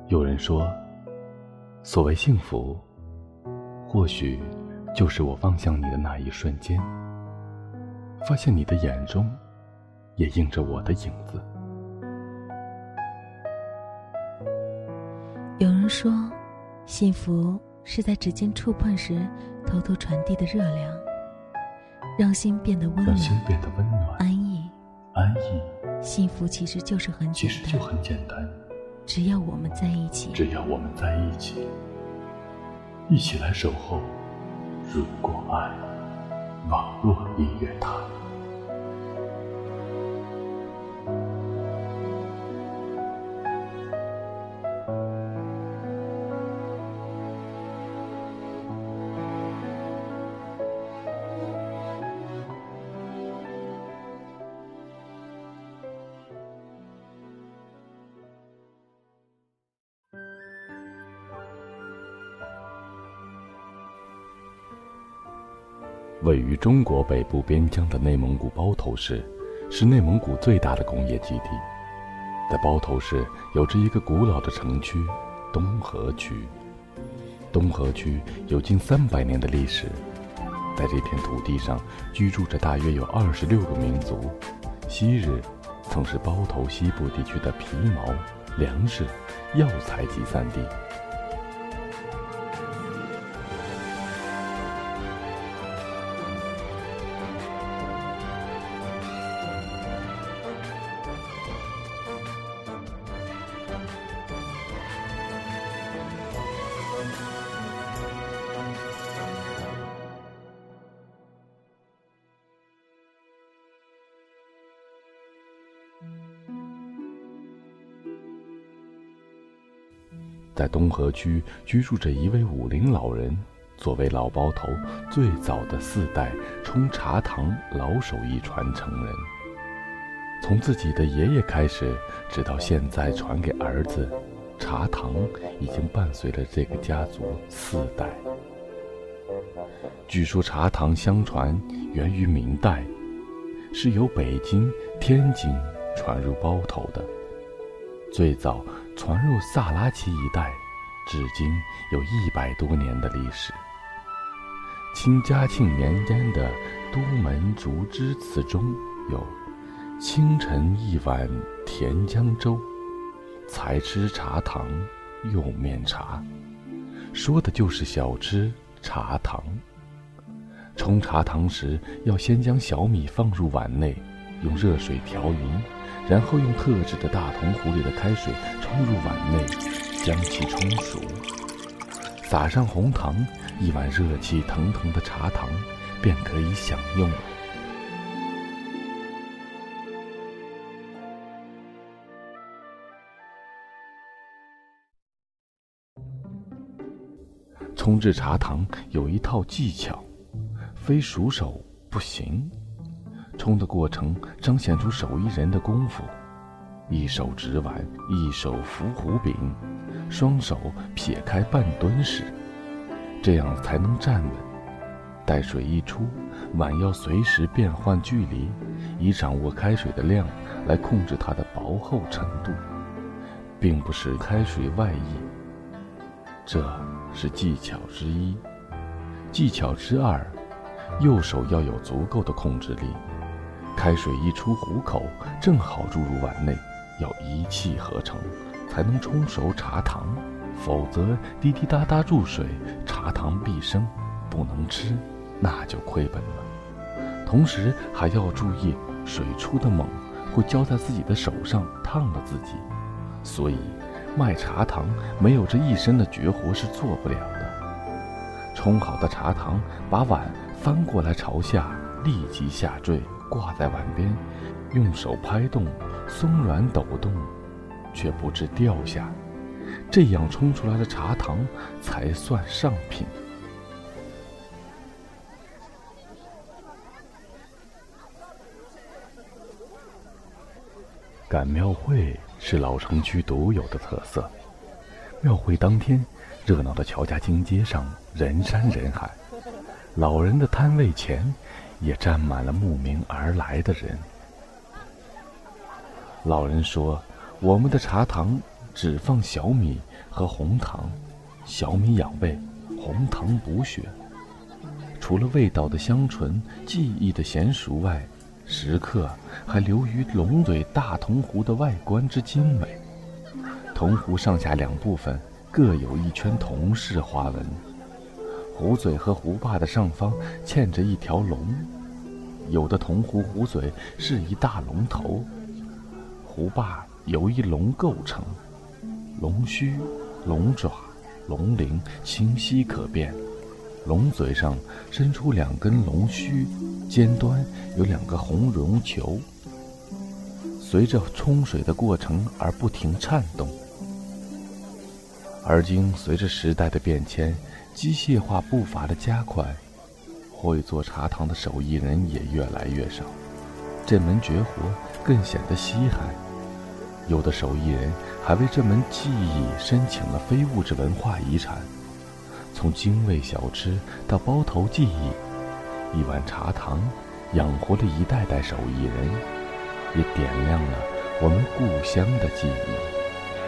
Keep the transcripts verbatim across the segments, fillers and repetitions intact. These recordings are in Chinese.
有人说，所谓幸福，或许就是我望向你的那一瞬间，发现你的眼中也映着我的影子。 有人说，幸福是在指尖触碰时偷偷传递的热量，让心变得温暖， 让心变得温暖， 安逸。 安逸。 幸福其实就是很简单， 其实就很简单， 只要我们在一起， 只要我们在一起，一起来守候。如果爱，网络音乐台。位于中国北部边疆的内蒙古包头市，是内蒙古最大的工业基地。在包头市有着一个古老的城区——东河区。东河区有近三百年的历史，在这片土地上居住着大约有二十六个民族。昔日曾是包头西部地区的皮毛、粮食、药材集散地。在东河区居住着一位武林老人，作为老包头最早的四代冲茶堂老手艺传承人，从自己的爷爷开始，直到现在传给儿子，茶堂已经伴随了这个家族四代。据说茶堂相传源于明代，是由北京、天津传入包头的，最早传入萨拉齐一带，至今有一百多年的历史。清嘉庆年间的都门竹枝词中有“清晨一碗甜浆粥，才吃茶糖又面茶”，说的就是小吃茶糖。冲茶糖时，要先将小米放入碗内，用热水调匀，然后用特制的大铜壶里的开水冲入碗内，将其冲熟，撒上红糖，一碗热气腾腾的茶糖便可以享用了。冲制茶糖有一套技巧，非熟手不行。冲的过程彰显出手艺人的功夫，一手执碗，一手扶壶柄，双手撇开半蹲式，这样才能站稳。待水一出，碗要随时变换距离，以掌握开水的量来控制它的薄厚程度，并不使开水外溢。这是技巧之一。技巧之二，右手要有足够的控制力，开水一出壶口，正好注入碗内，要一气呵成，才能冲熟茶糖，否则滴滴答答注水，茶糖必生，不能吃，那就亏本了。同时还要注意，水出的猛，会浇在自己的手上，烫了自己。所以卖茶糖没有这一身的绝活是做不了的。冲好的茶糖，把碗翻过来朝下，立即下坠，挂在碗边，用手拍动，松软抖动，却不致掉下。这样冲出来的茶糖才算上品。赶庙会是老城区独有的特色。庙会当天，热闹的乔家经街上人山人海，老人的摊位前也站满了慕名而来的人。老人说，我们的茶糖只放小米和红糖，小米养胃，红糖补血。除了味道的香醇、技艺的娴熟外，食客还留于龙嘴大铜壶的外观之精美。铜壶上下两部分各有一圈铜饰花纹，壶嘴和壶把的上方嵌着一条龙，有的铜壶壶嘴是一大龙头，壶把由一龙构成，龙须、龙爪、龙鳞清晰可辨。龙嘴上伸出两根龙须，尖端有两个红绒球，随着冲水的过程而不停颤动。而今随着时代的变迁，机械化步伐的加快，会做茶汤的手艺人也越来越少，这门绝活更显得稀罕。有的手艺人还为这门技艺申请了非物质文化遗产。从精卫小吃到包头技艺，一碗茶汤养活了一代代手艺人，也点亮了我们故乡的记忆。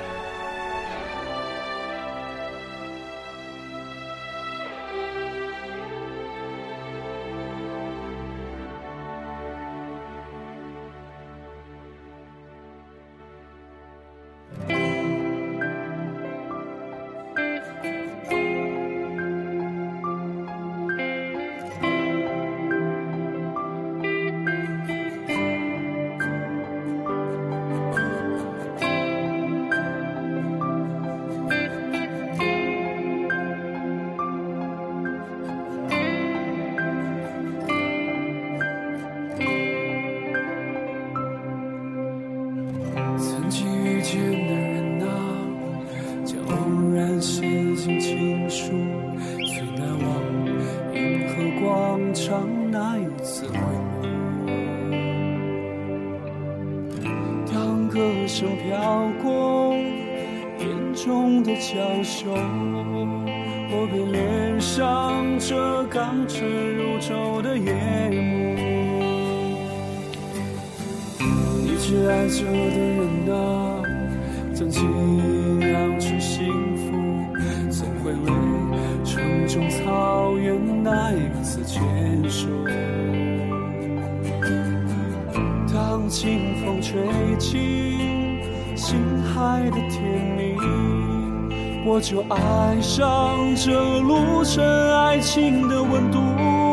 那一次回眸，当歌声飘过眼中的娇羞，我便恋上这刚沉如昼的夜幕。一直爱着的人啊，将尽量去幸福，总会为城中草原那一次牵手。当清风吹起心海的甜蜜，我就爱上这路程爱情的温度。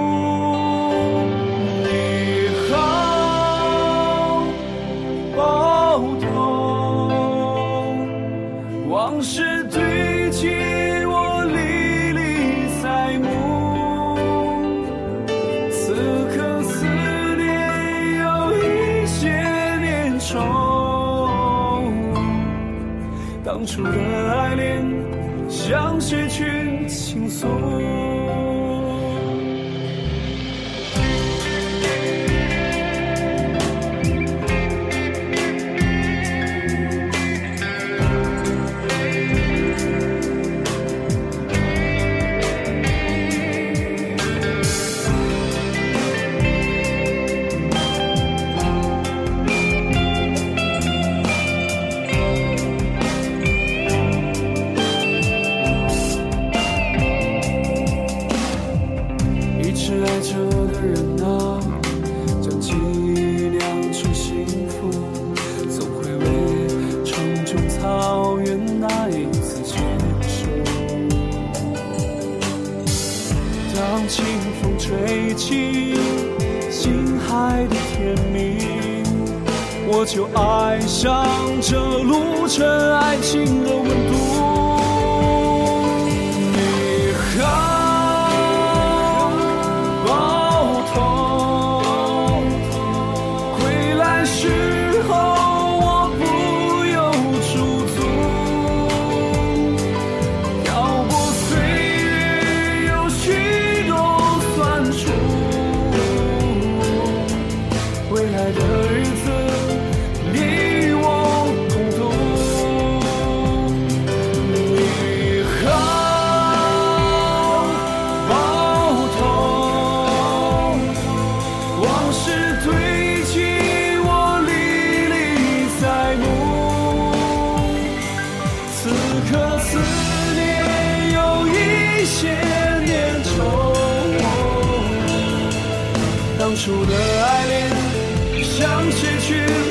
你好包头，往事堆积我历历在目，此刻思念有一些念愁，当初的爱恋向谁去倾诉？清风吹起心海的甜蜜，我就爱上这路程爱情的温度。你好包头，归来时候我不由驻足，漂泊岁月有许未来的日子你我共度。 初的爱恋像写去